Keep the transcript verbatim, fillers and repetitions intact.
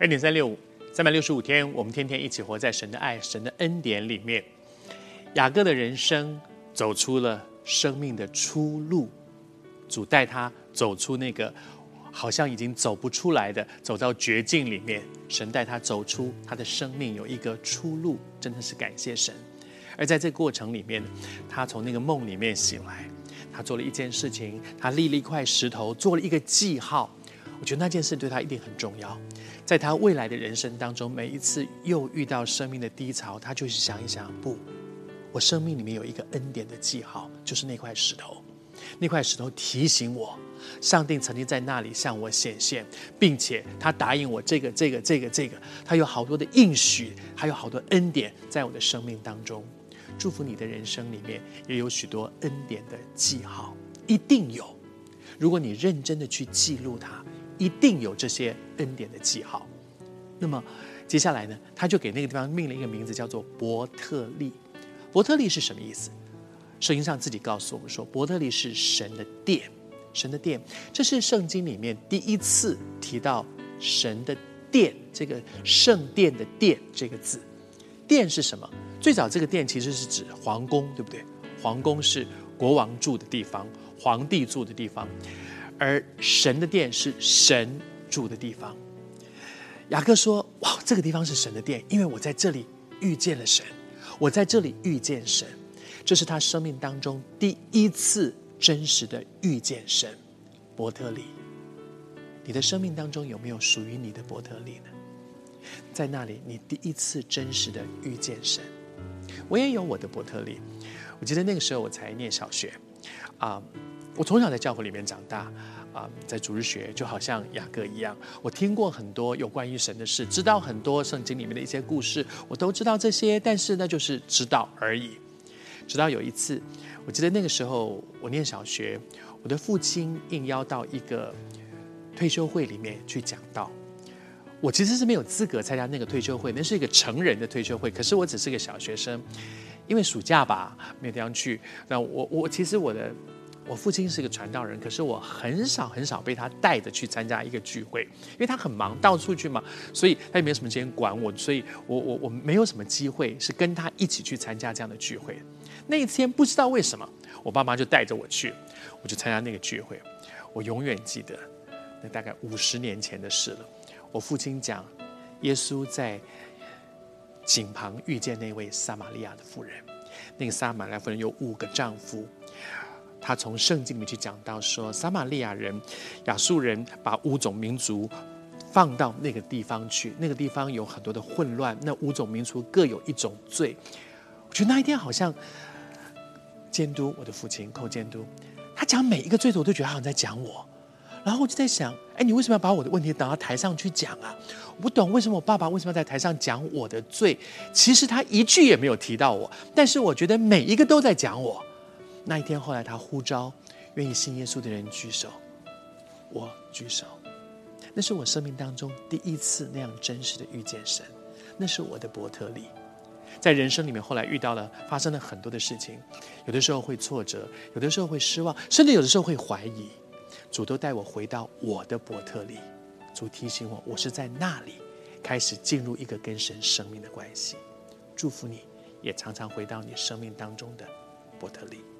二点三六五，三百六十五天，我们天天一起活在神的爱、神的恩典里面。雅各的人生走出了生命的出路，主带他走出那个好像已经走不出来的，走到绝境里面，神带他走出他的生命有一个出路，真的是感谢神。而在这个过程里面，他从那个梦里面醒来，他做了一件事情，他立了一块石头，做了一个记号。我觉得那件事对他一定很重要，在他未来的人生当中，每一次又遇到生命的低潮，他就是想一想，不，我生命里面有一个恩典的记号，就是那块石头。那块石头提醒我，上帝曾经在那里向我显现，并且他答应我这个这个这个这个，他有好多的应许，还有好多恩典在我的生命当中。祝福你的人生里面也有许多恩典的记号，一定有。如果你认真的去记录它，一定有这些恩典的记号。那么接下来呢，他就给那个地方命了一个名字，叫做伯特利。伯特利是什么意思？圣经上自己告诉我们说，伯特利是神的殿，神的殿，这是圣经里面第一次提到神的殿，这个圣殿的殿这个字。殿是什么？最早这个殿其实是指皇宫，对不对？皇宫是国王住的地方，皇帝住的地方，而神的殿是神住的地方。雅各说，哇，这个地方是神的殿，因为我在这里遇见了神，我在这里遇见神，这是他生命当中第一次真实的遇见神。伯特利，你的生命当中有没有属于你的伯特利呢？在那里你第一次真实的遇见神。我也有我的伯特利。我记得那个时候我才念小学啊、呃，我从小在教会里面长大啊、呃，在主日学就好像雅各一样，我听过很多有关于神的事，知道很多圣经里面的一些故事，我都知道这些，但是那就是知道而已。直到有一次，我记得那个时候我念小学，我的父亲应邀到一个退休会里面去讲道。我其实是没有资格参加那个退休会，那是一个成人的退休会，可是我只是个小学生，因为暑假吧没有地方去。那我我其实我的我父亲是个传道人，可是我很少很少被他带着去参加一个聚会，因为他很忙，到处去嘛，所以他也没有什么时间管我，所以我我我没有什么机会是跟他一起去参加这样的聚会。那一天不知道为什么，我爸妈就带着我去，我就参加那个聚会。我永远记得，那大概五十年前的事了。我父亲讲，耶稣在井旁遇见那位撒玛利亚的妇人，那个撒玛利亚妇人有五个丈夫。他从圣经里面去讲到说，撒玛利亚人、亚述人把五种民族放到那个地方去，那个地方有很多的混乱，那五种民族各有一种罪。我觉得那一天好像监督我的父亲寇监督，他讲每一个罪的，我都觉得他好像在讲我。然后我就在想，哎，你为什么要把我的问题等到台上去讲啊？我不懂为什么我爸爸为什么要在台上讲我的罪。其实他一句也没有提到我，但是我觉得每一个都在讲我。那一天后来他呼召愿意信耶稣的人举手，我举手。那是我生命当中第一次那样真实的遇见神，那是我的伯特利。在人生里面后来遇到了发生了很多的事情，有的时候会挫折，有的时候会失望，甚至有的时候会怀疑。主都带我回到我的伯特利，主提醒我，我是在那里开始进入一个跟神生命的关系。祝福你也常常回到你生命当中的伯特利。